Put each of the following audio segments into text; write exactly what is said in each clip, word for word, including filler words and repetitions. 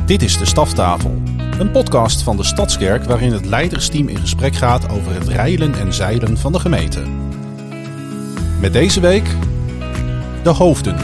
Dit is de Staftafel, een podcast van de Stadskerk waarin het leidersteam in gesprek gaat over het reilen en zeilen van de gemeente. Met deze week de hoofden.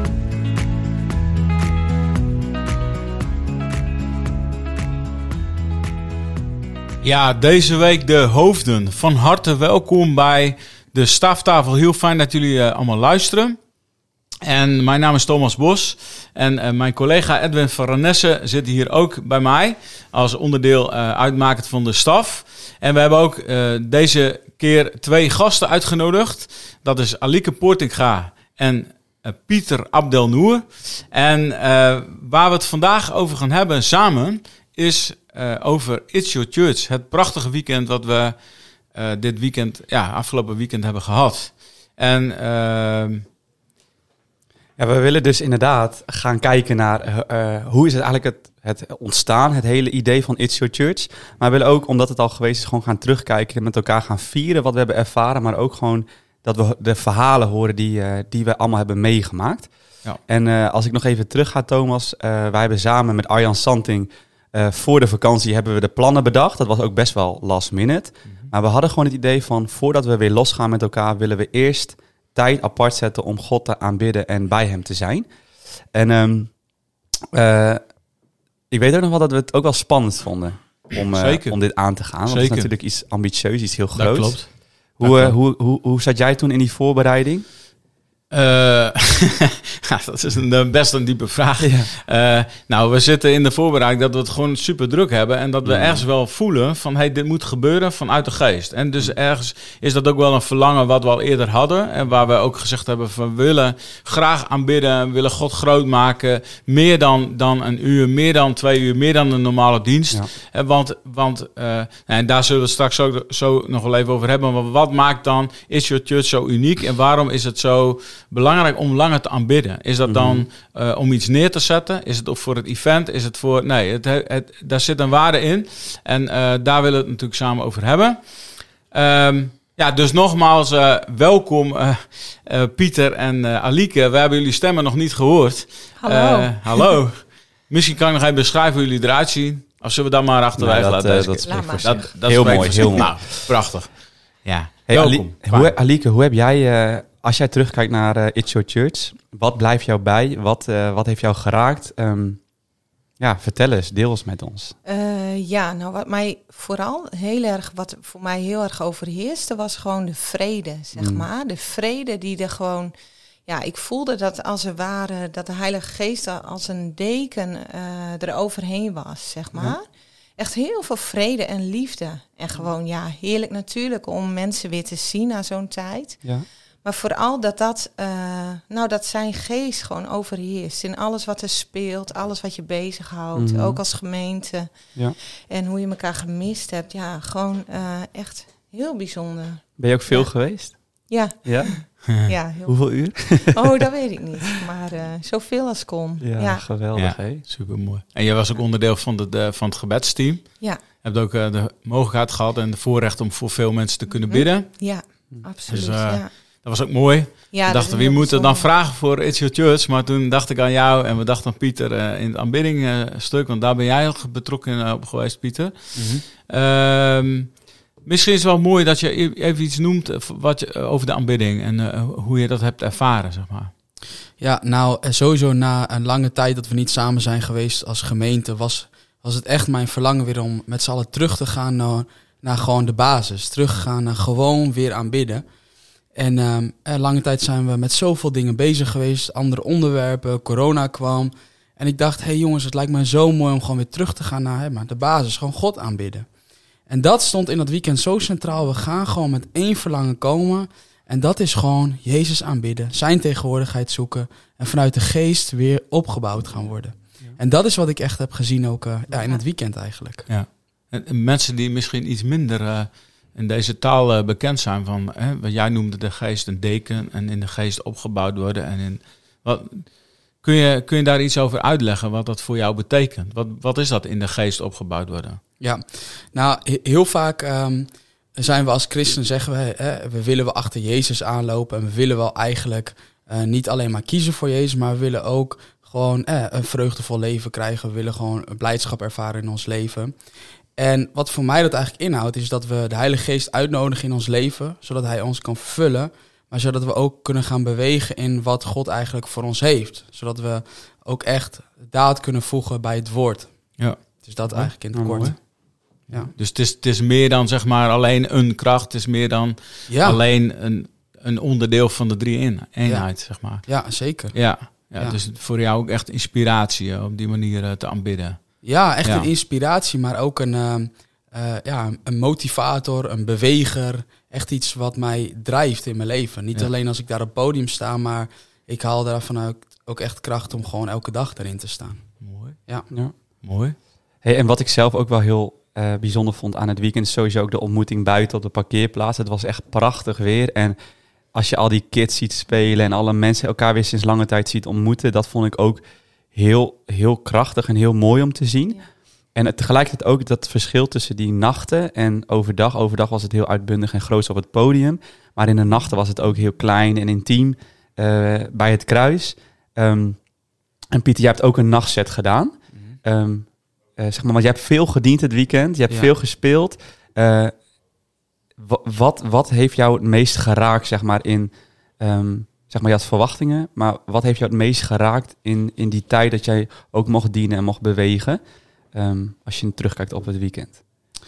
Ja, deze week de hoofden. Van harte welkom bij de Staftafel. Heel fijn dat jullie uh, allemaal luisteren. En mijn naam is Thomas Bos en uh, mijn collega Edwin van Renesse zit hier ook bij mij als onderdeel uh, uitmakend van de staf. En we hebben ook uh, deze keer twee gasten uitgenodigd. Dat is Alieke Poortinga en uh, Pieter Abdelnoer. En uh, waar we het vandaag over gaan hebben samen is uh, over It's Your Church. Het prachtige weekend wat we uh, dit weekend, ja, afgelopen weekend hebben gehad. En Uh, Ja, we willen dus inderdaad gaan kijken naar uh, hoe is het eigenlijk het, het ontstaan, het hele idee van It's Your Church. Maar we willen ook, omdat het al geweest is, gewoon gaan terugkijken en met elkaar gaan vieren wat we hebben ervaren. Maar ook gewoon dat we de verhalen horen die, uh, die we allemaal hebben meegemaakt. Ja. En uh, als ik nog even terug ga, Thomas. Uh, wij hebben samen met Arjan Santing uh, voor de vakantie hebben we de plannen bedacht. Dat was ook best wel last minute. Mm-hmm. Maar we hadden gewoon het idee van, voordat we weer losgaan met elkaar, willen we eerst tijd apart zetten om God te aanbidden en bij hem te zijn. En um, uh, ik weet ook nog wel dat we het ook wel spannend vonden om, uh, om dit aan te gaan. Want het is natuurlijk iets ambitieus, iets heel groots. Dat klopt. Hoe, dat klopt. Uh, hoe, hoe, hoe zat jij toen in die voorbereiding? Uh, ja, dat is een, best een diepe vraag. Ja. Uh, nou, we zitten in de voorbereiding dat we het gewoon super druk hebben. En dat we ja. ergens wel voelen van, hey, dit moet gebeuren vanuit de geest. En dus ergens is dat ook wel een verlangen wat we al eerder hadden. En waar we ook gezegd hebben van, we willen graag aanbidden. We willen God groot maken. Meer dan, dan een uur, meer dan twee uur, meer dan een normale dienst. Ja. Uh, want, want uh, en daar zullen we het straks ook zo nog wel even over hebben. Maar wat maakt dan It's Your Church zo uniek? En waarom is het zo belangrijk om langer te aanbidden? Is dat dan uh, om iets neer te zetten? Is het ook voor het event? Is het voor... Nee, het, het, het, daar zit een waarde in. En uh, daar willen we het natuurlijk samen over hebben. Um, ja, dus nogmaals uh, welkom uh, uh, Pieter en uh, Alieke. We hebben jullie stemmen nog niet gehoord. Hallo. Uh, hallo. Misschien kan ik nog even beschrijven hoe jullie eruit zien. Of zullen we dat maar achterwege nou, laten? Uh, dat dat, dat, dat, dat heel mooi, heel mooi. Nou, prachtig. Ja, hey, welkom. Ali- hoe, Alieke, hoe heb jij... Uh, Als jij terugkijkt naar uh, It's Your Church, wat blijft jou bij? Wat, uh, wat heeft jou geraakt? Um, ja, vertel eens, deel eens met ons. Uh, ja, nou wat mij vooral heel erg, wat voor mij heel erg overheerste, was gewoon de vrede, zeg mm. maar. De vrede die er gewoon, ja, ik voelde dat als er ware, dat de Heilige Geest als een deken uh, er overheen was, zeg maar. Ja. Echt heel veel vrede en liefde. En gewoon, ja, heerlijk natuurlijk om mensen weer te zien na zo'n tijd. Ja. Maar vooral dat, dat, uh, nou, dat zijn geest gewoon overheerst. In alles wat er speelt, alles wat je bezighoudt. Mm-hmm. Ook als gemeente. Ja. En hoe je elkaar gemist hebt. Ja, gewoon uh, echt heel bijzonder. Ben je ook veel ja. geweest? Ja. Ja? ja heel Hoeveel uur? Oh, dat weet ik niet. Maar uh, zoveel als kon. Ja, ja. geweldig. Ja, hè? Supermooi. En jij was ook onderdeel van, de, de, van het gebedsteam. Ja. Je hebt ook uh, de mogelijkheid gehad en de voorrecht om voor veel mensen te kunnen mm-hmm. bidden. Ja, absoluut. Dus, uh, ja. Dat was ook mooi. Ja, we dachten, wie moet er dan vragen voor It's Your Church? Maar toen dacht ik aan jou en we dachten aan Pieter uh, in het aanbiddingstuk. Uh, want daar ben jij ook betrokken uh, op geweest, Pieter. Mm-hmm. Uh, misschien is het wel mooi dat je even iets noemt wat je, uh, over de aanbidding. En uh, hoe je dat hebt ervaren, zeg maar. Ja, nou sowieso na een lange tijd dat we niet samen zijn geweest als gemeente, was, was het echt mijn verlangen weer om met z'n allen terug te gaan naar, naar gewoon de basis. Teruggaan naar gewoon weer aanbidden. En um, lange tijd zijn we met zoveel dingen bezig geweest, andere onderwerpen, corona kwam. En ik dacht, hé hey jongens, het lijkt me zo mooi om gewoon weer terug te gaan naar hè, maar de basis, gewoon God aanbidden. En dat stond in dat weekend zo centraal. We gaan gewoon met één verlangen komen. En dat is gewoon Jezus aanbidden, zijn tegenwoordigheid zoeken en vanuit de geest weer opgebouwd gaan worden. Ja. En dat is wat ik echt heb gezien ook uh, ja, in het weekend eigenlijk. Ja. En, en mensen die misschien iets minder uh, in deze taal uh, bekend zijn van, hè, wat jij noemde de geest een deken en in de geest opgebouwd worden. En in, wat, kun, je, kun je daar iets over uitleggen wat dat voor jou betekent? Wat, wat is dat in de geest opgebouwd worden? Ja, nou heel vaak um, zijn we als christen, zeggen we, hè, we willen wel achter Jezus aanlopen en we willen wel eigenlijk uh, niet alleen maar kiezen voor Jezus, maar we willen ook gewoon eh, een vreugdevol leven krijgen. We willen gewoon een blijdschap ervaren in ons leven. En wat voor mij dat eigenlijk inhoudt, is dat we de Heilige Geest uitnodigen in ons leven, zodat hij ons kan vervullen, maar zodat we ook kunnen gaan bewegen in wat God eigenlijk voor ons heeft. Zodat we ook echt daad kunnen voegen bij het woord. Ja. Dus dat eigenlijk in het kort. Mooi. Ja. Dus het is, het is meer dan zeg maar alleen een kracht. Het is meer dan Ja. alleen een, een onderdeel van de drie een, eenheid, Ja. zeg maar. Ja, zeker. Ja. Ja, Ja. dus voor jou ook echt inspiratie uh, op die manier uh, te aanbidden. Ja, echt Ja. een inspiratie, maar ook een, uh, uh, ja, een motivator, een beweger. Echt iets wat mij drijft in mijn leven. Niet Ja. alleen als ik daar op het podium sta, maar ik haal daarvan ook, ook echt kracht om gewoon elke dag erin te staan. Mooi. Ja. Ja. Mooi. Hey, en wat ik zelf ook wel heel uh, bijzonder vond aan het weekend, is sowieso ook de ontmoeting buiten op de parkeerplaats. Het was echt prachtig weer. En als je al die kids ziet spelen en alle mensen elkaar weer sinds lange tijd ziet ontmoeten, dat vond ik ook heel, heel krachtig en heel mooi om te zien. Ja. En het, tegelijkertijd ook dat verschil tussen die nachten en overdag. Overdag was het heel uitbundig en groot op het podium. Maar in de nachten was het ook heel klein en intiem uh, bij het kruis. Um, en Pieter, jij hebt ook een nachtset gedaan. Mm-hmm. Um, uh, zeg maar, want je hebt veel gediend het weekend. Je hebt Ja. veel gespeeld. Uh, w- wat, wat heeft jou het meest geraakt, zeg maar, in... Um, zeg maar, je had verwachtingen, maar wat heeft jou het meest geraakt in, in die tijd dat jij ook mocht dienen en mocht bewegen? Um, als je terugkijkt op het weekend.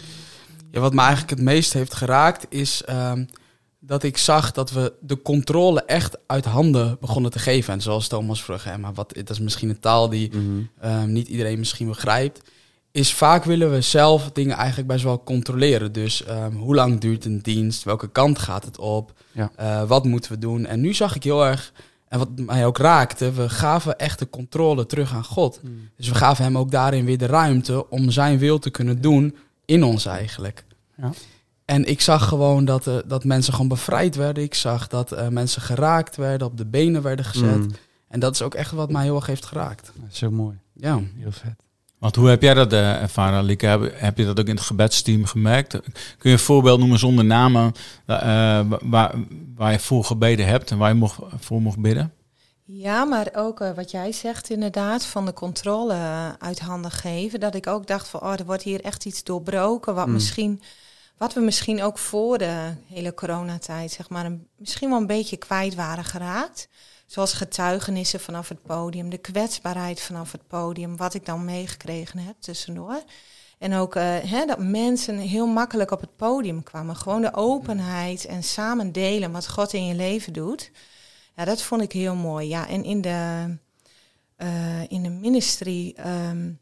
Ja, wat me eigenlijk het meest heeft geraakt is um, dat ik zag dat we de controle echt uit handen begonnen te geven. En zoals Thomas vroeg, hè, maar wat, dat is misschien een taal die Mm-hmm. um, niet iedereen misschien begrijpt. Is vaak willen we zelf dingen eigenlijk best wel controleren. Dus um, hoe lang duurt een dienst? Welke kant gaat het op? Ja. Uh, wat moeten we doen? En nu zag ik heel erg, en wat mij ook raakte, we gaven echt de controle terug aan God. Mm. Dus we gaven hem ook daarin weer de ruimte om zijn wil te kunnen doen in ons eigenlijk. Ja. En ik zag gewoon dat, uh, dat mensen gewoon bevrijd werden. Ik zag dat uh, mensen geraakt werden, op de benen werden gezet. Mm. En dat is ook echt wat mij heel erg heeft geraakt. Zo mooi. Ja. Heel vet. Want hoe heb jij dat uh, ervaren, Lieke? Heb, heb je dat ook in het gebedsteam gemerkt? Kun je een voorbeeld noemen zonder namen uh, waar, waar je voor gebeden hebt en waar je mocht, voor mocht bidden? Ja, maar ook uh, wat jij zegt inderdaad, van de controle uh, uit handen geven. Dat ik ook dacht van, oh, er wordt hier echt iets doorbroken. Wat, Mm. misschien, wat we misschien ook voor de hele coronatijd, zeg maar, een, misschien wel een beetje kwijt waren geraakt. Zoals getuigenissen vanaf het podium, de kwetsbaarheid vanaf het podium, wat ik dan meegekregen heb tussendoor. En ook uh, hè, dat mensen heel makkelijk op het podium kwamen. Gewoon de openheid en samen delen wat God in je leven doet. Ja, dat vond ik heel mooi. Ja, en in de, uh, in de ministry, um,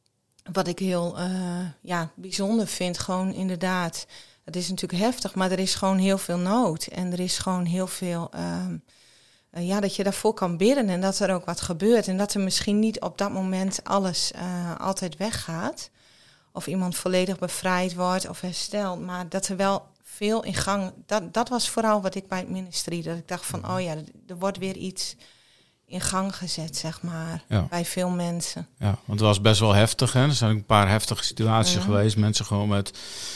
wat ik heel uh, ja, bijzonder vind, gewoon inderdaad, het is natuurlijk heftig, maar er is gewoon heel veel nood. En er is gewoon heel veel, um, uh, ja, dat je daarvoor kan bidden en dat er ook wat gebeurt. En dat er misschien niet op dat moment alles uh, altijd weggaat. Of iemand volledig bevrijd wordt of herstelt, maar dat er wel veel in gang... Dat, dat was vooral wat ik bij het ministerie, dat ik dacht van, oh ja, er wordt weer iets in gang gezet, zeg maar, Ja. bij veel mensen. Ja, want het was best wel heftig. Hè? Er zijn ook een paar heftige situaties Ja. geweest. Mensen gewoon met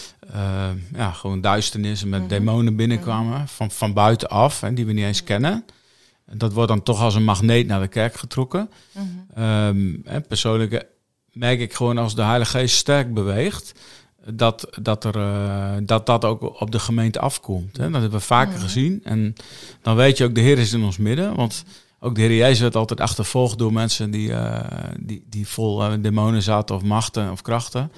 uh, ja, gewoon duisternis en met Mhm. demonen binnenkwamen van, van buitenaf, hè, die we niet eens kennen. Dat wordt dan toch als een magneet naar de kerk getrokken. Mm-hmm. Um, en persoonlijk merk ik gewoon als de Heilige Geest sterk beweegt, dat dat, er, uh, dat dat ook op de gemeente afkomt. Hè? Dat hebben we vaker Mhm. gezien. En dan weet je ook, de Heer is in ons midden. Want ook de Heer Jezus werd altijd achtervolgd door mensen die, uh, die, die vol uh, demonen zaten of machten of krachten.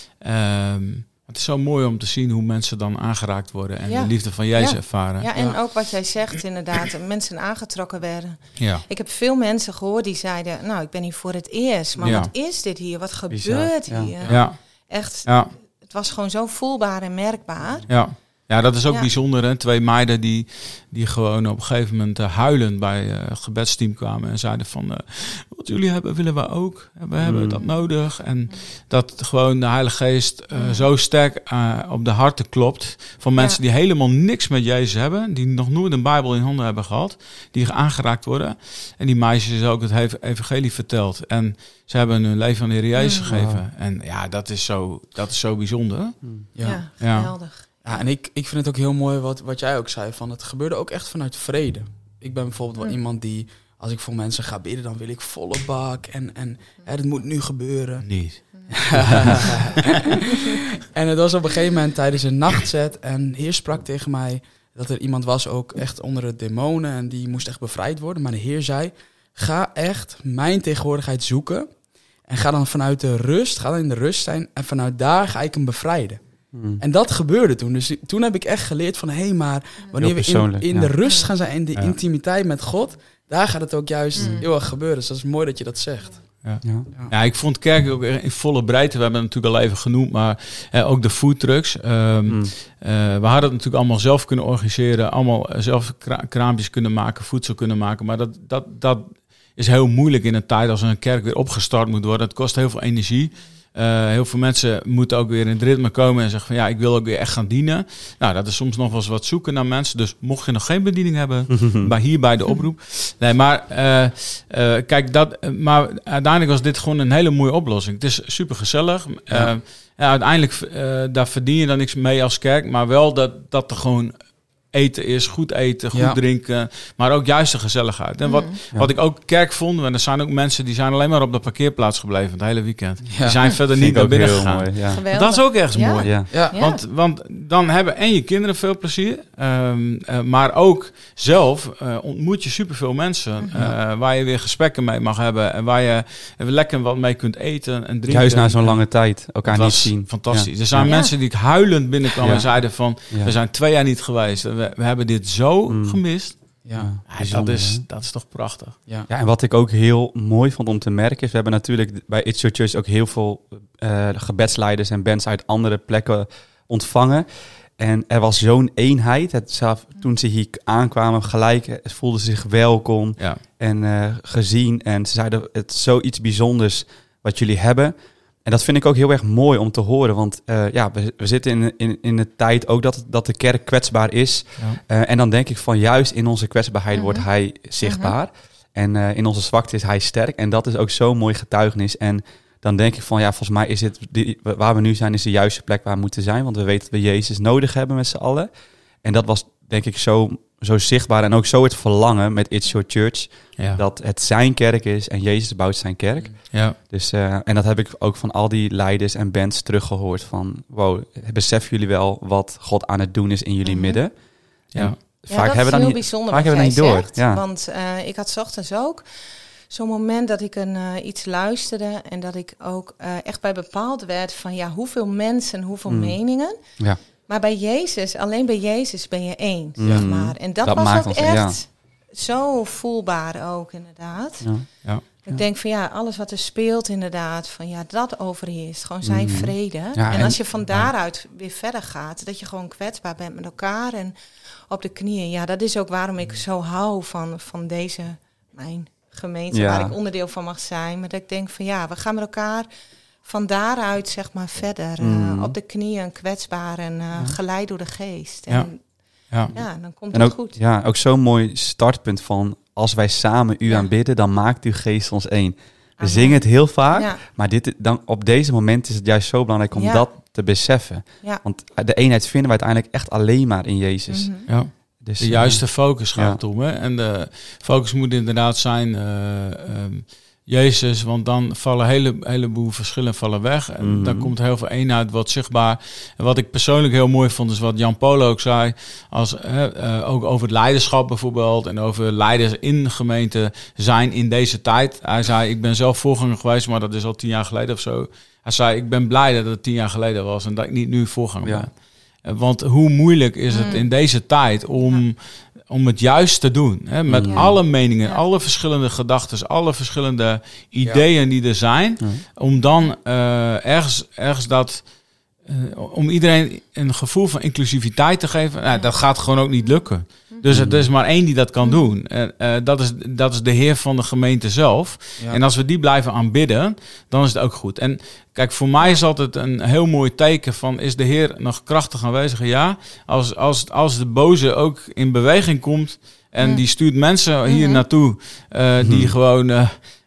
Um, het is zo mooi om te zien hoe mensen dan aangeraakt worden en Ja. de liefde van Jezus Ja. ervaren. Ja, en Ja. ook wat jij zegt inderdaad, dat mensen aangetrokken werden. Ja. Ik heb veel mensen gehoord die zeiden, nou, ik ben hier voor het eerst, maar Ja. wat is dit hier? Wat Bizar, gebeurt ja. hier? Ja. Echt, Ja. het was gewoon zo voelbaar en merkbaar. Ja. Ja, dat is ook Ja. bijzonder. Hè? Twee meiden die, die gewoon op een gegeven moment uh, huilend bij uh, het gebedsteam kwamen en zeiden van, uh, wat jullie hebben, willen we ook. We hebben Mm. dat nodig. En dat gewoon de Heilige Geest uh, Mm. zo sterk uh, op de harten klopt van mensen Ja. die helemaal niks met Jezus hebben, die nog nooit een Bijbel in handen hebben gehad, die aangeraakt worden. En die meisjes ook het he- evangelie verteld. En ze hebben hun leven aan de Heer Jezus Mm. gegeven. Wow. En ja, dat is zo, dat is zo bijzonder. Ja. Ja, Ja. geweldig. Ja, en ik, ik vind het ook heel mooi wat, wat jij ook zei. Van het gebeurde ook echt vanuit vrede. Ik ben bijvoorbeeld wel Mm. iemand die, als ik voor mensen ga bidden, dan wil ik volle bak. En, en hè, het moet nu gebeuren. Niet. En het was op een gegeven moment tijdens een nachtzet. En Heer sprak tegen mij dat er iemand was ook echt onder de demonen. En die moest echt bevrijd worden. Maar de Heer zei, ga echt mijn tegenwoordigheid zoeken. En ga dan vanuit de rust, ga dan in de rust zijn. En vanuit daar ga ik hem bevrijden. Hmm. En dat gebeurde toen. Dus toen heb ik echt geleerd van, hé, hey, maar wanneer we in, in ja. de rust gaan zijn, in de ja. intimiteit met God, daar gaat het ook juist mm. heel erg gebeuren. Dus dat is mooi dat je dat zegt. Ja. Ja. ja, ik vond kerk ook in volle breedte. We hebben het natuurlijk al even genoemd, maar eh, ook de foodtrucks. Um, mm. uh, we hadden het natuurlijk allemaal zelf kunnen organiseren, allemaal zelf kra- kraampjes kunnen maken, voedsel kunnen maken. Maar dat, dat, dat is heel moeilijk in een tijd als een kerk weer opgestart moet worden. Het kost heel veel energie. Uh, heel veel mensen moeten ook weer in het ritme komen en zeggen van ja, ik wil ook weer echt gaan dienen. Nou, dat is soms nog wel eens wat zoeken naar mensen. Dus mocht je nog geen bediening hebben, bij hier bij de oproep. Nee, maar uh, uh, kijk, dat, maar uiteindelijk was dit gewoon een hele mooie oplossing. Het is super gezellig. Ja. Uh, ja, uiteindelijk, uh, daar verdien je dan niks mee als kerk, maar wel dat, dat er gewoon eten is, goed eten, goed ja. drinken, maar ook juist de gezelligheid. En wat, ja. wat ik ook kerk vond, en er zijn ook mensen die zijn alleen maar op de parkeerplaats gebleven het hele weekend. Ja. Die zijn verder niet naar binnen gegaan. Mooi, ja. Dat is ook ergens ja. mooi. Ja. Ja. Want, want dan hebben en je kinderen veel plezier, um, uh, maar ook zelf uh, ontmoet je superveel mensen ja. uh, waar je weer gesprekken mee mag hebben en waar je even lekker wat mee kunt eten en drinken. Juist na zo'n lange tijd elkaar niet zien. Fantastisch. Ja. Er zijn ja. mensen die huilend binnenkwamen ja. en zeiden van, ja. we zijn twee jaar niet geweest. We, we hebben dit zo mm. gemist. Ja, ja dat, is, dat is toch prachtig. Ja. ja, en wat ik ook heel mooi vond om te merken is, we hebben natuurlijk bij It's Your Church ook heel veel uh, gebedsleiders en bands uit andere plekken ontvangen. En er was zo'n eenheid. Het, zelf, toen ze hier aankwamen, gelijk voelden ze zich welkom ja. en uh, gezien. En ze zeiden, het is zoiets bijzonders wat jullie hebben. En dat vind ik ook heel erg mooi om te horen. Want uh, ja, we, we zitten in, in, in de tijd ook dat, dat de kerk kwetsbaar is. Ja. Uh, en dan denk ik van juist in onze kwetsbaarheid uh-huh. wordt hij zichtbaar. Uh-huh. En uh, in onze zwakte is hij sterk. En dat is ook zo'n mooi getuigenis. En dan denk ik van ja, volgens mij is het die, waar we nu zijn, is de juiste plek waar we moeten zijn. Want we weten dat we Jezus nodig hebben met z'n allen. En dat was denk ik zo, zo zichtbaar. En ook zo het verlangen met It's Your Church. Ja. Dat het zijn kerk is en Jezus bouwt zijn kerk. Ja. Dus, uh, en dat heb ik ook van al die leiders en bands teruggehoord. Van wow, beseffen jullie wel wat God aan het doen is in jullie mm-hmm. midden? Ja, ja vaak dat hebben is heel niet, bijzonder vaak wat jij niet door. Ja. Want uh, ik had 's ochtends ook zo'n moment dat ik een, uh, iets luisterde en dat ik ook uh, echt bij bepaald werd van ja, hoeveel mensen, hoeveel mm. meningen. Ja. Maar bij Jezus, alleen bij Jezus ben je één, mm. zeg maar. En dat, dat was ook ons, echt ja. zo voelbaar ook, inderdaad. Ja. Ja. Ik ja. denk van ja, alles wat er speelt inderdaad, van ja, dat overheerst. Gewoon zijn mm. vrede. Ja, en, en als je van daaruit ja. weer verder gaat, dat je gewoon kwetsbaar bent met elkaar en op de knieën. Ja, dat is ook waarom ik zo hou van, van deze, mijn gemeente, ja. waar ik onderdeel van mag zijn. Maar dat ik denk van ja, we gaan met elkaar van daaruit zeg maar verder. Mm. Uh, op de knieën, kwetsbaar en uh, ja. geleid door de geest. En, ja. Ja. ja, dan komt en het ook, goed. Ja, ook zo'n mooi startpunt van als wij samen u ja. aanbidden, dan maakt uw geest ons één. We Amen. Zingen het heel vaak, ja. maar dit, dan, op deze moment is het juist zo belangrijk om ja. dat te beseffen. Ja. Want de eenheid vinden we uiteindelijk echt alleen maar in Jezus. Mm-hmm. Ja. Dus, de juiste uh, focus gaat ja. het om. Hè? En de focus moet inderdaad zijn uh, um, Jezus, want dan vallen een hele, heleboel verschillen vallen weg. En mm-hmm. dan komt heel veel eenheid wat zichtbaar. En wat ik persoonlijk heel mooi vond, is wat Jan Polo ook zei. Als, uh, uh, ook over het leiderschap bijvoorbeeld. En over leiders in gemeenten zijn in deze tijd. Hij zei, ik ben zelf voorganger geweest, maar dat is al tien jaar geleden of zo. Hij zei, ik ben blij dat het tien jaar geleden was en dat ik niet nu voorganger ja. ben. Want hoe moeilijk is het in deze tijd om, ja. om het juist te doen. Hè? Met ja. alle meningen, ja. alle verschillende gedachten, alle verschillende ideeën ja. die er zijn. Ja. Om dan uh, ergens, ergens dat... Uh, om iedereen een gevoel van inclusiviteit te geven. Nou, dat gaat gewoon ook niet lukken. Dus er is maar één die dat kan doen. Uh, uh, dat, is, dat is de Heer van de gemeente zelf. Ja. En als we die blijven aanbidden, dan is het ook goed. En kijk, voor mij is altijd een heel mooi teken van, is de Heer nog krachtig aanwezig? Ja. Als, als, als de boze ook in beweging komt en ja. die stuurt mensen hier mm-hmm. naartoe uh, die mm-hmm. gewoon... Uh,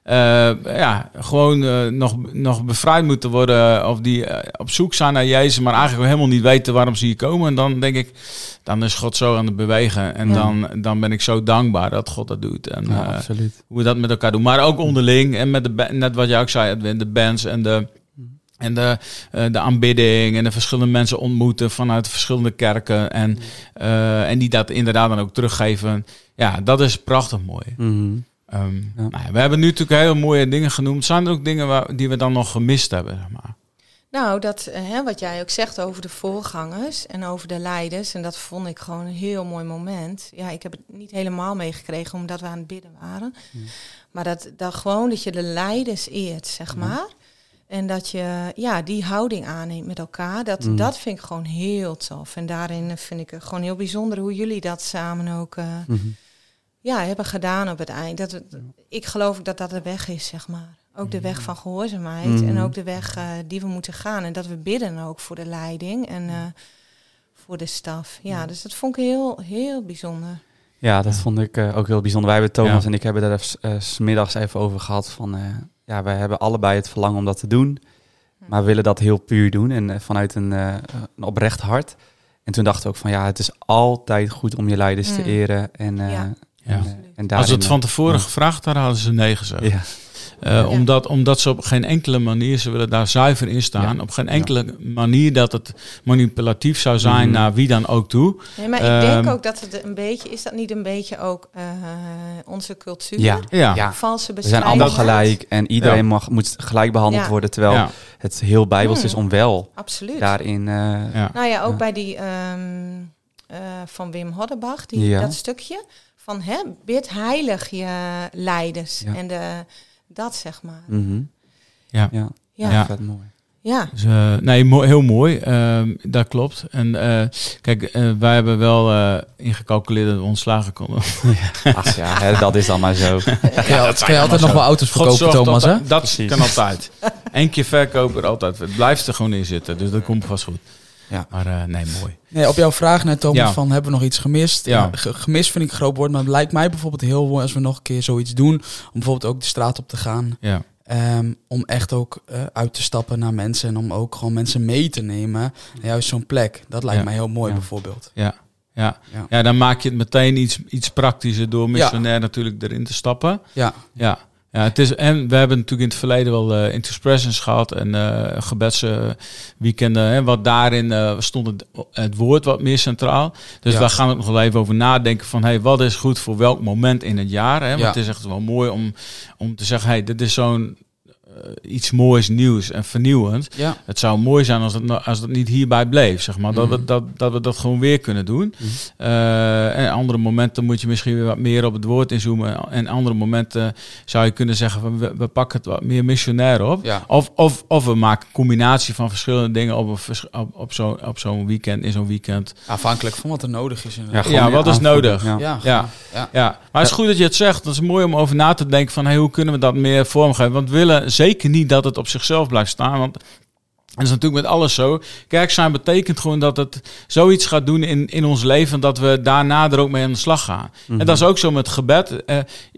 uh, ja, gewoon uh, nog, nog bevrijd moeten worden. Of die uh, op zoek zijn naar Jezus, maar eigenlijk helemaal niet weten waarom ze hier komen. En dan denk ik, dan is God zo aan het bewegen. En ja. dan, dan ben ik zo dankbaar dat God dat doet. En ja, uh, absoluut. hoe we dat met elkaar doen. Maar ook onderling. En met de, net wat jij ook zei, de bands en de... En de, uh, de aanbidding en de verschillende mensen ontmoeten vanuit verschillende kerken. En, uh, en die dat inderdaad dan ook teruggeven. Ja, dat is prachtig mooi. Mm-hmm. Um, ja. nou ja, we hebben nu natuurlijk heel mooie dingen genoemd. Zijn er ook dingen waar, die we dan nog gemist hebben? Zeg maar? Nou, dat, hè, wat jij ook zegt over de voorgangers en over de leiders. En dat vond ik gewoon een heel mooi moment. Ja, ik heb het niet helemaal meegekregen omdat we aan het bidden waren. Mm. Maar dat, dat gewoon dat je de leiders eert, zeg maar. Mm. En dat je ja, die houding aanneemt met elkaar. Dat, mm. dat vind ik gewoon heel tof. En daarin vind ik het gewoon heel bijzonder hoe jullie dat samen ook uh, mm-hmm. ja, hebben gedaan op het eind. Dat het, ik geloof dat dat de weg is, zeg maar. Ook de weg van gehoorzaamheid. Mm. En ook de weg uh, die we moeten gaan. En dat we bidden ook voor de leiding en uh, voor de staf. Ja, dus dat vond ik heel, heel bijzonder. Ja, dat vond ik uh, ook heel bijzonder. Wij hebben, Thomas ja. en ik hebben daar uh, 's middags even over gehad van... Uh, ja, wij hebben allebei het verlangen om dat te doen. Maar we willen dat heel puur doen en uh, vanuit een, uh, een oprecht hart. En toen dachten we ook van ja, het is altijd goed om je leiders mm. te eren. En, uh, ja. en, uh, en Als we het van tevoren uh, gevraagd hadden, hadden ze nee gezegd. Ja. Uh, ja. omdat, omdat ze op geen enkele manier, ze willen daar zuiver in staan. Ja. Op geen enkele ja. manier dat het manipulatief zou zijn mm. naar wie dan ook toe. Nee, maar uh, ik denk ook dat het een beetje, is dat niet een beetje ook uh, onze cultuur? Ja, ja. ja. Valse we zijn allemaal gelijk en iedereen ja. mag, moet gelijk behandeld ja. worden. Terwijl ja. het heel bijbels mm. is om wel Absoluut. daarin... Uh, ja. Nou ja, ook ja. bij die um, uh, van Wim Hoddenbach, die, ja. dat stukje van hè, bid heilig je leiders ja. en de... Dat zeg maar. Mm-hmm. Ja, ja, ja. ja. Vet mooi. Ja. Dus, uh, nee, mo- heel mooi. Uh, dat klopt. En uh, kijk, uh, wij hebben wel uh, ingecalculeerd dat we ontslagen konden. Ach ja, hè, dat is dan maar zo. Ja, ja, dat kan je altijd nog zo. Wel auto's verkopen, Thomas, hè? Dat, dat kan altijd. Eén keer verkopen, altijd. Het blijft er gewoon in zitten. Dus dat komt vast goed. Ja. Maar uh, nee, mooi. Nee, op jouw vraag net, Thomas, ja. van hebben we nog iets gemist? Ja. Ja, gemist vind ik een groot woord, maar het lijkt mij bijvoorbeeld heel mooi als we nog een keer zoiets doen. Om bijvoorbeeld ook de straat op te gaan. Ja. Um, om echt ook uh, uit te stappen naar mensen en om ook gewoon mensen mee te nemen. Naar juist zo'n plek. Dat lijkt ja. mij heel mooi ja. bijvoorbeeld. Ja. Ja. Ja. ja, dan maak je het meteen iets, iets praktischer door missionair ja. natuurlijk erin te stappen. Ja. Ja. Ja, het is, en we hebben natuurlijk in het verleden wel uh, intercessions gehad en uh, gebedsweekenden. Uh, wat daarin uh, stond het, het woord wat meer centraal. Dus ja. we gaan er nog wel even over nadenken van hey, wat is goed voor welk moment in het jaar. Hè? Want ja. het is echt wel mooi om, om te zeggen, hey, dit is zo'n uh, iets moois, nieuws en vernieuwend. Ja. Het zou mooi zijn als het, als het niet hierbij bleef, zeg maar. Mm-hmm. Dat, we, dat, dat we dat gewoon weer kunnen doen. Mm-hmm. Uh, en andere momenten moet je misschien weer wat meer op het woord inzoomen. En andere momenten zou je kunnen zeggen, we, we pakken het wat meer missionair op. Ja. Of, of, of we maken een combinatie van verschillende dingen op, een, op, op, zo, op zo'n weekend, in zo'n weekend. Afhankelijk van wat er nodig is. Ja, ja, wat is nodig? Ja. Ja. Ja. Ja. Ja. Maar het is goed dat je het zegt. Dat is mooi om over na te denken van hey, hoe kunnen we dat meer vormgeven? Want we willen zeker niet dat het op zichzelf blijft staan. Want dat is natuurlijk met alles zo. Kerk zijn betekent gewoon dat het zoiets gaat doen in, in ons leven dat we daarna er ook mee aan de slag gaan. Mm-hmm. En dat is ook zo met gebed. Uh,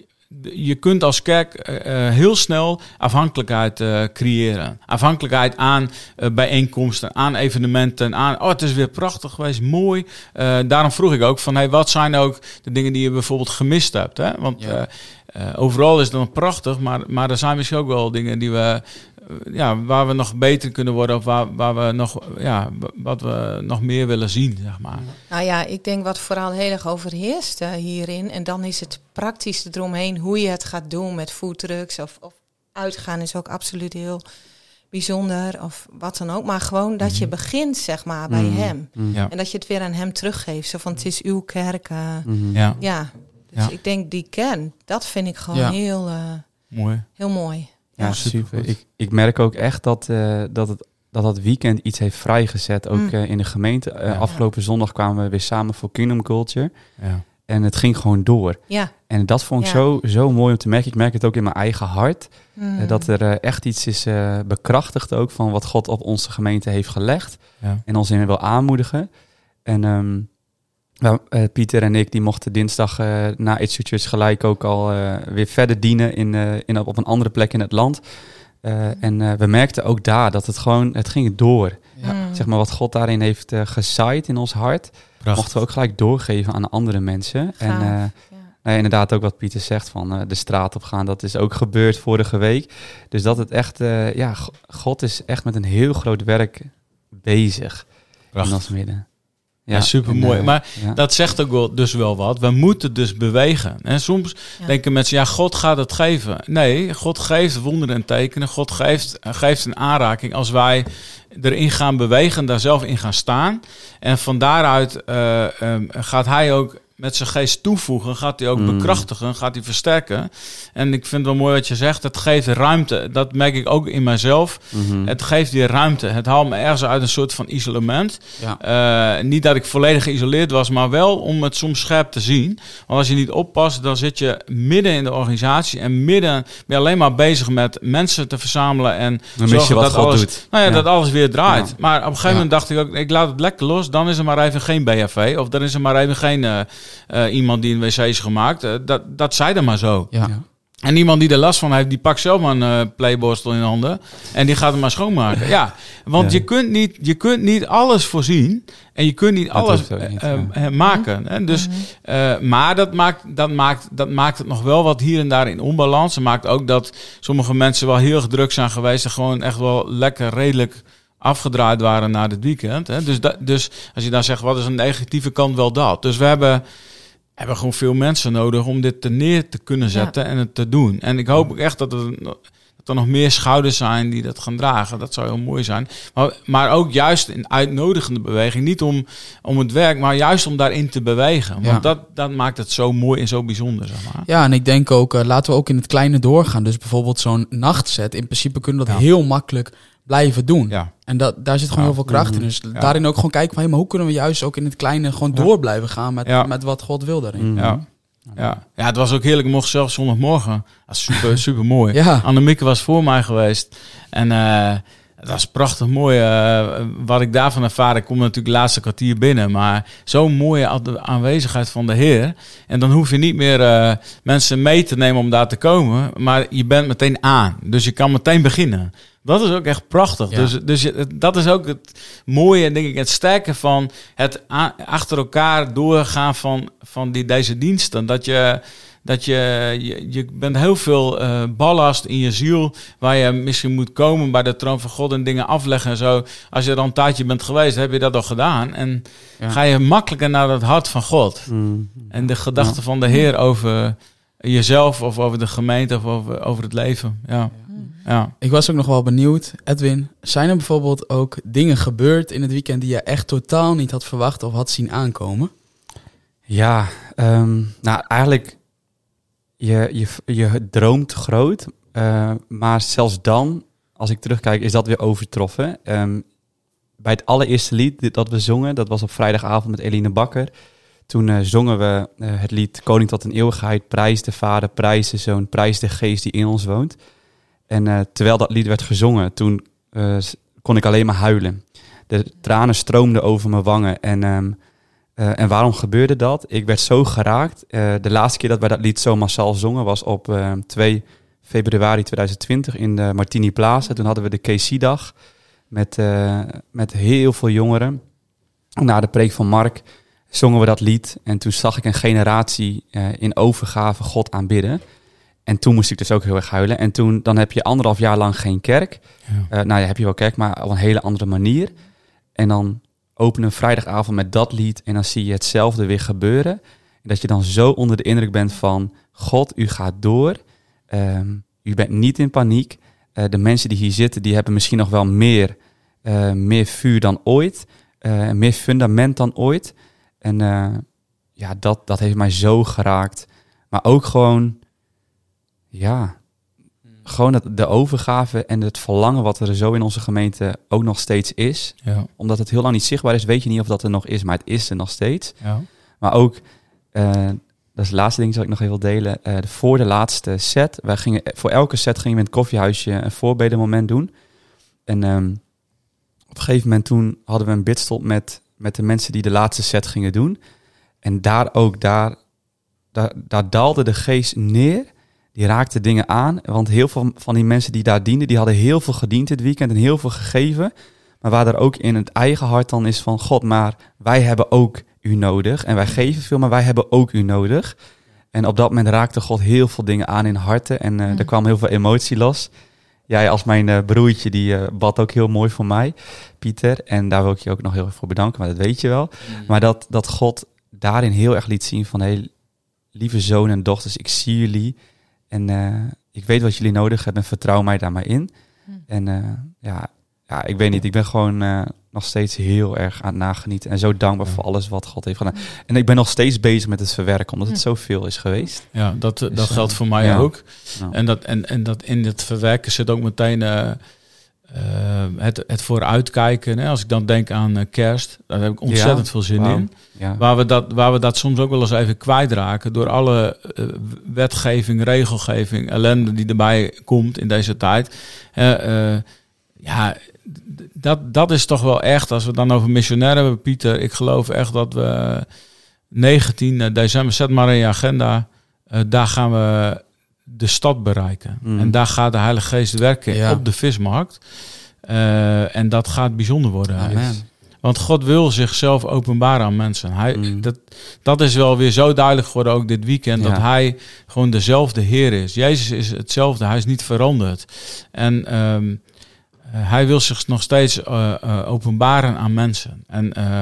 je kunt als kerk uh, heel snel afhankelijkheid uh, creëren. Afhankelijkheid aan uh, bijeenkomsten, aan evenementen, aan oh, het is weer prachtig geweest, mooi. Uh, daarom vroeg ik ook van hey, wat zijn ook de dingen die je bijvoorbeeld gemist hebt? Hè? Want ja. uh, uh, overal is het dan prachtig, maar, maar er zijn misschien ook wel dingen die we ja, waar we nog beter kunnen worden of waar, waar we nog, ja, wat we nog meer willen zien, zeg maar. Nou ja, ik denk wat vooral heel erg overheerst uh, hierin, en dan is het praktisch eromheen hoe je het gaat doen met foodtrucks of, of uitgaan is ook absoluut heel bijzonder of wat dan ook. Maar gewoon dat je begint, zeg maar, bij mm. hem. Mm. Ja. En dat je het weer aan hem teruggeeft. Zo van, het is uw kerk. Uh, mm. Ja. ja. Dus ja. ik denk die kern, dat vind ik gewoon ja. heel, uh, mooi. heel mooi. Ja, ja super. Ik, ik merk ook echt dat, uh, dat, het, dat dat weekend iets heeft vrijgezet. Ook mm. uh, in de gemeente. Uh, ja. Afgelopen zondag kwamen we weer samen voor Kingdom Culture. Ja. En het ging gewoon door. Ja. En dat vond ik ja. zo, zo mooi om te merken. Ik merk het ook in mijn eigen hart. Mm. Uh, dat er uh, echt iets is uh, bekrachtigd ook van wat God op onze gemeente heeft gelegd. Ja. En ons in wil aanmoedigen. En um, Nou, uh, Pieter en ik die mochten dinsdag uh, na It's Your Church gelijk ook al uh, weer verder dienen in, uh, in, op een andere plek in het land. Uh, en uh, we merkten ook daar dat het gewoon, het ging door. Ja. Mm. Zeg maar wat God daarin heeft uh, gezaaid in ons hart, Prachtig. mochten we ook gelijk doorgeven aan andere mensen. Gaaf, En uh, ja. nou, inderdaad ook wat Pieter zegt van uh, de straat op gaan, dat is ook gebeurd vorige week. Dus dat het echt, uh, ja, G- God is echt met een heel groot werk bezig Prachtig. in ons midden. Ja, supermooi. en, uh, Maar ja. dat zegt ook wel, dus wel wat. We moeten dus bewegen. En soms Ja. denken mensen, ja, God gaat het geven. Nee, God geeft wonderen en tekenen. God geeft, geeft een aanraking als wij erin gaan bewegen, daar zelf in gaan staan. En van daaruit uh, um, gaat hij ook met zijn geest toevoegen, gaat hij ook Mm. bekrachtigen, gaat hij versterken. En ik vind het wel mooi wat je zegt, het geeft ruimte. Dat merk ik ook in mijzelf. Mm-hmm. Het geeft die ruimte. Het haalt me ergens uit een soort van isolement. Ja. Uh, niet dat ik volledig geïsoleerd was, maar wel om het soms scherp te zien. Want als je niet oppast, dan zit je midden in de organisatie en midden ben je alleen maar bezig met mensen te verzamelen en Dan mis zorgen je wat dat God alles, doet. Nou ja, Ja. dat alles weer draait. Ja. Maar op een gegeven Ja. moment dacht ik ook, ik laat het lekker los. Dan is er maar even geen B H V of dan is er maar even geen uh, uh, iemand die een wc is gemaakt. Uh, dat, dat zij dan maar zo. Ja. Ja. En iemand die er last van heeft, die pakt zelf maar een uh, playborstel in de handen. En die gaat hem maar schoonmaken. Ja, want Ja. Je, kunt niet, je kunt niet alles voorzien. En je kunt niet Dat alles hoeft ook niet, uh, ja. uh, maken. Hè? Dus, uh, maar dat maakt, dat, maakt, dat maakt het nog wel wat hier en daar in onbalans. Het maakt ook dat sommige mensen wel heel erg druk zijn geweest. En gewoon echt wel lekker redelijk afgedraaid waren na dit weekend. Hè? Dus, da, dus als je dan zegt, wat is een negatieve kant, wel dat. Dus we hebben... hebben gewoon veel mensen nodig om dit te neer te kunnen zetten ja. en het te doen. En ik hoop ook echt dat er, dat er nog meer schouders zijn die dat gaan dragen. Dat zou heel mooi zijn. Maar, maar ook juist een uitnodigende beweging. Niet om, om het werk, maar juist om daarin te bewegen. Want Ja. dat, dat maakt het zo mooi en zo bijzonder, zeg maar. Ja, en ik denk ook, uh, laten we ook in het kleine doorgaan. Dus bijvoorbeeld zo'n nachtset. In principe kunnen we dat Ja. heel makkelijk blijven doen. Ja. En dat, daar zit gewoon Ja. heel veel kracht in. Dus Ja. daarin ook gewoon kijken van, hey, maar hoe kunnen we juist ook in het kleine gewoon Ja. door blijven gaan met, Ja. met wat God wil daarin. Mm. Ja. Ja. ja, het was ook heerlijk. Ik mocht zelfs zondagmorgen. Dat is super, super mooi. Ja. Annemieke was voor mij geweest. En uh, het was prachtig mooi. Uh, wat ik daarvan ervaar, ik kom natuurlijk het laatste kwartier binnen. Maar zo'n mooie a- aanwezigheid van de Heer. En dan hoef je niet meer uh, mensen mee te nemen om daar te komen. Maar je bent meteen aan. Dus je kan meteen beginnen. Dat is ook echt prachtig. Ja. Dus, dus je, dat is ook het mooie, denk ik, het sterke van het a- achter elkaar doorgaan van, van die, deze diensten. Dat je, dat je, je, je bent heel veel uh, ballast in je ziel waar je misschien moet komen bij de troon van God en dingen afleggen en zo. Als je er al een tijdje bent geweest, heb je dat al gedaan. En Ja. ga je makkelijker naar het hart van God. Mm. En de gedachten Ja. van de Heer over jezelf of over de gemeente of over, over het leven. Ja. Ja. Ik was ook nog wel benieuwd, Edwin, zijn er bijvoorbeeld ook dingen gebeurd in het weekend die je echt totaal niet had verwacht of had zien aankomen? Ja, um, nou eigenlijk, je, je, je droomt groot, uh, maar zelfs dan, als ik terugkijk, is dat weer overtroffen. Um, bij het allereerste lied dat we zongen, dat was op vrijdagavond met Eline Bakker. Toen uh, zongen we uh, het lied Koning tot een eeuwigheid, prijs de Vader, prijs de Zoon, prijs de Geest die in ons woont. En uh, terwijl dat lied werd gezongen, toen uh, kon ik alleen maar huilen. De tranen stroomden over mijn wangen. En, um, uh, en waarom gebeurde dat? Ik werd zo geraakt. Uh, de laatste keer dat wij dat lied zo massaal zongen was op uh, twee februari tweeduizend twintig in de Martini Plaza. Toen hadden we de K C-dag met, uh, met heel veel jongeren. Na de preek van Mark zongen we dat lied. En toen zag ik een generatie uh, in overgave God aanbidden. En toen moest ik dus ook heel erg huilen. En toen, dan heb je anderhalf jaar lang geen kerk. Ja. Uh, nou ja, heb je wel kerk, maar op een hele andere manier. En dan openen een vrijdagavond met dat lied. En dan zie je hetzelfde weer gebeuren. En dat je dan zo onder de indruk bent van God, u gaat door. Um, u bent niet in paniek. Uh, de mensen die hier zitten, die hebben misschien nog wel meer, uh, meer vuur dan ooit. Uh, meer fundament dan ooit. En uh, ja, dat, dat heeft mij zo geraakt. Maar ook gewoon... Ja, gewoon het, de overgave en het verlangen wat er zo in onze gemeente ook nog steeds is. Ja. Omdat het heel lang niet zichtbaar is, weet je niet of dat er nog is, maar het is er nog steeds. Ja. Maar ook, uh, dat is het laatste ding dat ik nog even wil delen, uh, de, voor de laatste set. Wij gingen, voor elke set gingen we in het koffiehuisje een voorbedenmoment doen. En um, op een gegeven moment toen hadden we een bidstop met, met de mensen die de laatste set gingen doen. En daar ook, daar, daar, daar daalde de geest neer. Die raakte dingen aan. Want heel veel van die mensen die daar dienden, die hadden heel veel gediend dit weekend en heel veel gegeven. Maar waar er ook in het eigen hart dan is van God, maar wij hebben ook u nodig. En wij geven veel, maar wij hebben ook u nodig. En op dat moment raakte God heel veel dingen aan in harten. En uh, mm. er kwam heel veel emotie los. Jij als mijn uh, broertje, die uh, bad ook heel mooi voor mij, Pieter. En daar wil ik je ook nog heel erg voor bedanken, maar dat weet je wel. Mm. Maar dat, dat God daarin heel erg liet zien van, hey, lieve zonen en dochters, ik zie jullie. En uh, ik weet wat jullie nodig hebben en vertrouw mij daar maar in. Mm. En uh, ja, ja, ik weet niet, ik ben gewoon uh, nog steeds heel erg aan het nagenieten. En zo dankbaar voor alles wat God heeft gedaan. En ik ben nog steeds bezig met het verwerken, omdat het zoveel is geweest. Ja, dat, dus, dat geldt voor mij ja. ook. Ja. En, dat, en, en dat in het verwerken zit ook meteen uh, uh, het, het vooruitkijken. Hè? Als ik dan denk aan uh, kerst, daar heb ik ontzettend ja. veel zin wow. in. Ja. Waar, we dat, waar we dat soms ook wel eens even kwijtraken door alle uh, wetgeving, regelgeving, ellende die erbij komt in deze tijd. Uh, uh, ja... Dat, dat is toch wel echt, als we dan over missionair hebben, Pieter. Ik geloof echt dat we negentien december, zet maar in je agenda. Uh, daar gaan we de stad bereiken. Mm. En daar gaat de Heilige Geest werken ja. op de vismarkt. Uh, en dat gaat bijzonder worden. Amen. Want God wil zichzelf openbaren aan mensen. Hij, mm. dat, dat is wel weer zo duidelijk geworden ook dit weekend. Ja. Dat hij gewoon dezelfde Heer is. Jezus is hetzelfde. Hij is niet veranderd. En... Um, Uh, hij wil zich nog steeds uh, uh, openbaren aan mensen. En uh,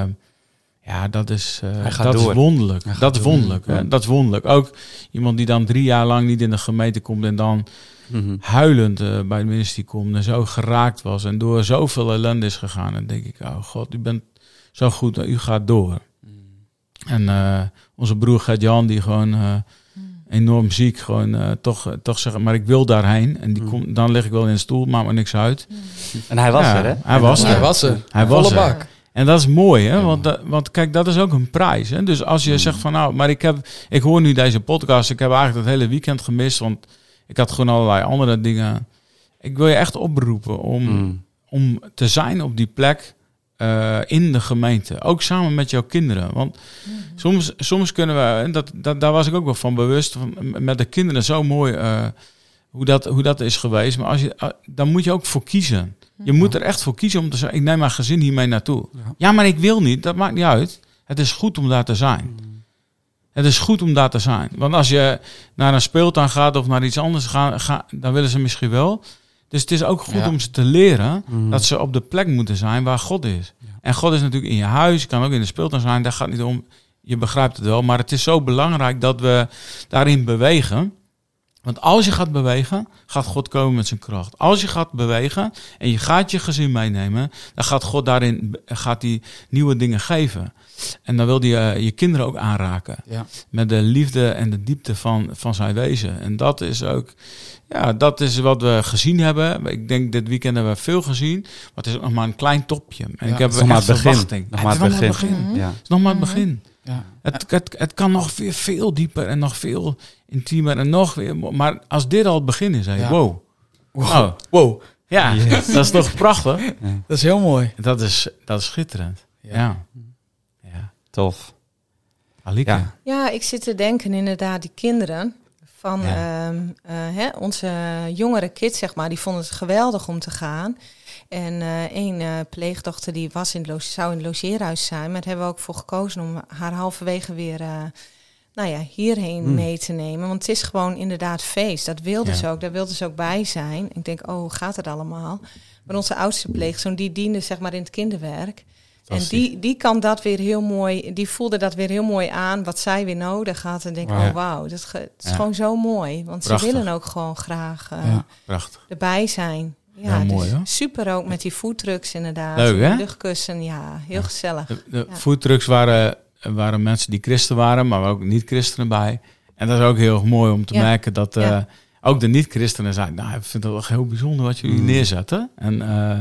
ja, dat is, uh, dat is wonderlijk. Dat is wonderlijk. Ja. Dat is wonderlijk. Ook iemand die dan drie jaar lang niet in de gemeente komt en dan mm-hmm. huilend uh, bij de ministerie komt en zo geraakt was en door zoveel ellende is gegaan. En dan denk ik, oh God, u bent zo goed, u gaat door. Mm. En uh, onze broer Gert-Jan, die gewoon... Uh, enorm ziek, gewoon uh, toch, uh, toch zeggen, maar ik wil daarheen. En die mm. kom, dan lig ik wel in een stoel, maakt me niks uit. Mm. En hij was ja, er, hè? Hij was er. Hij was er. Hij Volle was er. bak. En dat is mooi, hè? Want, uh, want kijk, dat is ook een prijs. Hè? Dus als je mm. zegt van, nou, maar ik heb, ik hoor nu deze podcast, ik heb eigenlijk het hele weekend gemist, want ik had gewoon allerlei andere dingen. Ik wil je echt oproepen om, mm. om te zijn op die plek. Uh, in de gemeente, ook samen met jouw kinderen. Want mm-hmm. soms, soms kunnen we, en dat, dat, daar was ik ook wel van bewust, van, met de kinderen zo mooi uh, hoe, dat, hoe dat is geweest. Maar als je, uh, dan moet je ook voor kiezen. Je ja. moet er echt voor kiezen om te zeggen, ik neem mijn gezin hiermee naartoe. Ja. ja, maar ik wil niet, dat maakt niet uit. Het is goed om daar te zijn. Mm. Het is goed om daar te zijn. Want als je naar een speeltuin gaat of naar iets anders gaat, ga, dan willen ze misschien wel. Dus het is ook goed ja. om ze te leren mm. dat ze op de plek moeten zijn waar God is. Ja. En God is natuurlijk in je huis, je kan ook in de speeltuin zijn. Daar gaat het niet om, je begrijpt het wel. Maar het is zo belangrijk dat we daarin bewegen. Want als je gaat bewegen, gaat God komen met zijn kracht. Als je gaat bewegen en je gaat je gezin meenemen, dan gaat God daarin gaat die nieuwe dingen geven. En dan wil hij uh, je kinderen ook aanraken. Ja. Met de liefde en de diepte van, van zijn wezen. En dat is ook, ja, dat is wat we gezien hebben. Ik denk dit weekend hebben we veel gezien. Maar het is nog maar een klein topje. En ja, ik heb het is nog echt maar het begin. verwachting. Nog maar het, het, het, begin. begin. Ja. Het is nog maar het begin. Ja. Het, het, het kan nog veel, veel dieper en nog veel intiemer en nog weer. Maar als dit al het begin is, hè, ja. wow. Wow. Oh. wow. Ja, yes. Dat is toch prachtig? Ja. Dat is heel mooi. Dat is, dat is schitterend. Ja. ja. ja. Tof. Alika. Ja. ja, ik zit te denken inderdaad, die kinderen van ja. uh, uh, hè, onze jongere kids, zeg maar, die vonden het geweldig om te gaan. En uh, één uh, pleegdochter die was in het loge- zou in het logeerhuis zijn, maar daar hebben we ook voor gekozen om haar halverwege weer uh, nou ja, hierheen mm. mee te nemen. Want het is gewoon inderdaad feest. Dat wilde ja. ze ook, daar wilde ze ook bij zijn. Ik denk, oh, hoe gaat het allemaal? Maar onze oudste pleegzoon, die diende zeg maar in het kinderwerk. En die, die kan dat weer heel mooi, die voelde dat weer heel mooi aan, wat zij weer nodig had. En denk, wow. oh wauw, dat ge, het is ja. gewoon zo mooi. Want Prachtig. Ze willen ook gewoon graag uh, ja. erbij zijn. Ja, ja, mooi, dus super ook met die foodtrucks inderdaad. Leuk, hè? Luchtkussen, ja, heel ja. gezellig. De, de ja. foodtrucks waren, waren mensen die christen waren, maar ook niet-christenen bij. En dat is ook heel mooi om te ja. merken dat uh, ja. ook de niet-christenen zeiden, nou, ik vind het wel heel bijzonder wat jullie mm. neerzetten. En uh,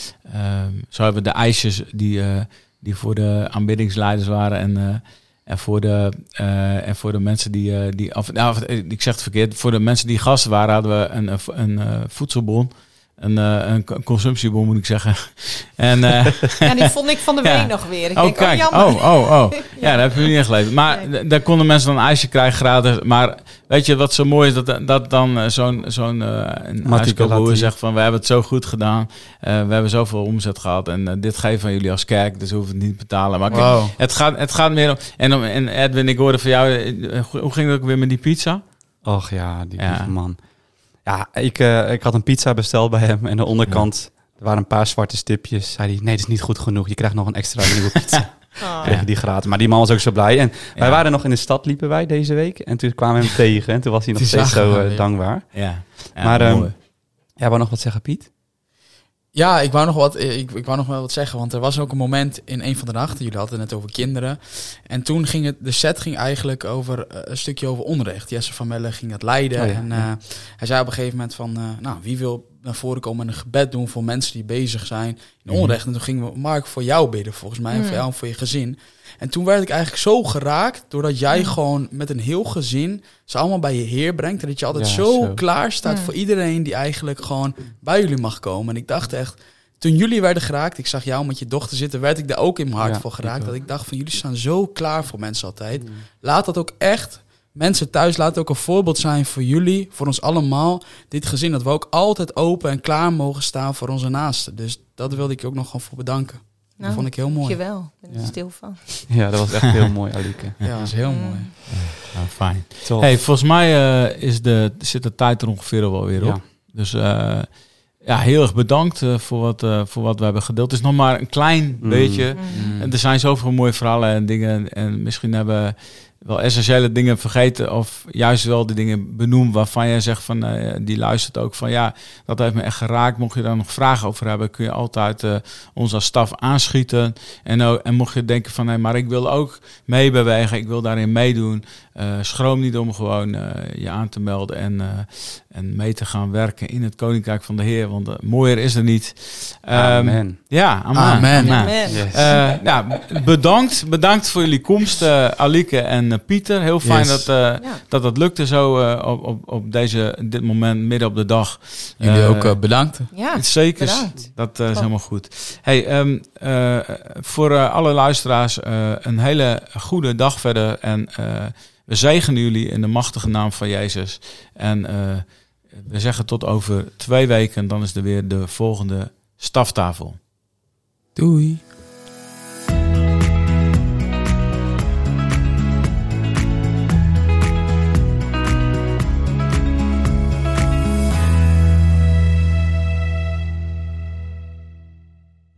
uh, zo hebben we de ijsjes die, uh, die voor de aanbiddingsleiders waren en... Uh, En voor de, uh, en voor de mensen die, uh, die of, nou, ik zeg het verkeerd, voor de mensen die gasten waren, hadden we een, een, een uh, voedselbon. een, uh, een consumptiebon, moet ik zeggen. En, uh, ja, die vond ik van de week ja. nog weer. Ik oh, denk, kijk. oh, jammer. Oh, oh, oh. Ja, ja, dat heb je niet echt gelezen. Maar nee. d- daar konden mensen dan een ijsje krijgen gratis. Maar weet je wat zo mooi is? Dat, dat dan uh, zo'n, zo'n uh, ijskoopboer zegt van... we hebben het zo goed gedaan. Uh, we hebben zoveel omzet gehad. En uh, dit geven van jullie als kerk. Dus we hoeven het niet te betalen. Maar wow. kijk, het, gaat, het gaat meer om... En, om, en Edwin, ik hoorde van jou... Uh, hoe ging het ook weer met die pizza? Och ja, die ja. man. Ja, ik, uh, ik had een pizza besteld bij hem. En de onderkant... Ja. Er waren een paar zwarte stipjes. Zei hij, nee, dat is niet goed genoeg. Je krijgt nog een extra nieuwe pizza. Oh. Kreeg je die gratis. Maar die man was ook zo blij. En wij ja. waren nog in de stad, liepen wij deze week. En toen kwamen we hem tegen. En toen was hij nog steeds zo uh, dankbaar. Ja. Ja, maar um, jij wou nog wat zeggen, Piet? Ja, ik wou nog wat, ik, ik wou nog wel wat zeggen. Want er was ook een moment in een van de nachten. Jullie hadden het net over kinderen. En toen ging het, de set ging eigenlijk over uh, een stukje over onrecht. Jesse van Melle ging het leiden. Oh ja, en uh, ja. hij zei op een gegeven moment van... Uh, nou, wie wil naar voren komen en een gebed doen voor mensen die bezig zijn in onrecht. En toen gingen we, Mark, voor jou bidden volgens mij. Mm. En voor jou en voor je gezin. En toen werd ik eigenlijk zo geraakt... doordat jij mm. gewoon met een heel gezin... ze allemaal bij je Heer brengt. En dat je altijd ja, zo, zo klaar staat mm. voor iedereen... die eigenlijk gewoon bij jullie mag komen. En ik dacht echt... toen jullie werden geraakt... ik zag jou met je dochter zitten... werd ik daar ook in mijn hart ja, voor geraakt. Ik dat ik dacht van... jullie staan zo klaar voor mensen altijd. Mm. Laat dat ook echt... mensen thuis, laat ook een voorbeeld zijn voor jullie, voor ons allemaal. Dit gezin, dat we ook altijd open en klaar mogen staan voor onze naasten. Dus dat wilde ik je ook nog gewoon voor bedanken. Nou, dat vond ik heel mooi. Dankjewel, ik ben er ja. stil van. Ja, dat was echt heel mooi, Alieke. Ja, dat was heel mooi. Ja, nou, fijn. Tof. Hey, volgens mij uh, is de, zit de tijd er ongeveer al wel weer op. Ja. Dus uh, ja, heel erg bedankt uh, voor, wat, uh, voor wat we hebben gedeeld. Het is nog maar een klein mm. beetje. Mm. En er zijn zoveel mooie verhalen en dingen. En misschien hebben... wel essentiële dingen vergeten of juist wel de dingen benoemen waarvan jij zegt van uh, die luistert ook van ja, dat heeft me echt geraakt. Mocht je daar nog vragen over hebben, kun je altijd uh, ons als staf aanschieten. En, uh, en mocht je denken van nee, maar ik wil ook meebewegen, ik wil daarin meedoen. Uh, schroom niet om gewoon uh, je aan te melden en, uh, en mee te gaan werken in het Koninkrijk van de Heer. Want uh, mooier is er niet. Um, amen. Ja, amen. Amen. amen. amen. Yes. Uh, ja, bedankt. Bedankt voor jullie komst, uh, Alieke en uh, Pieter. Heel fijn yes. dat, uh, ja. dat dat lukte zo uh, op, op, op deze, dit moment, midden op de dag. Jullie uh, ook uh, bedankt. Ja, zeker. Bedankt. Dat uh, is helemaal goed. Hey, um, uh, voor uh, alle luisteraars uh, een hele goede dag verder. En uh, we zegenen jullie in de machtige naam van Jezus. En uh, we zeggen tot over twee weken. Dan is er weer de volgende staftafel. Doei.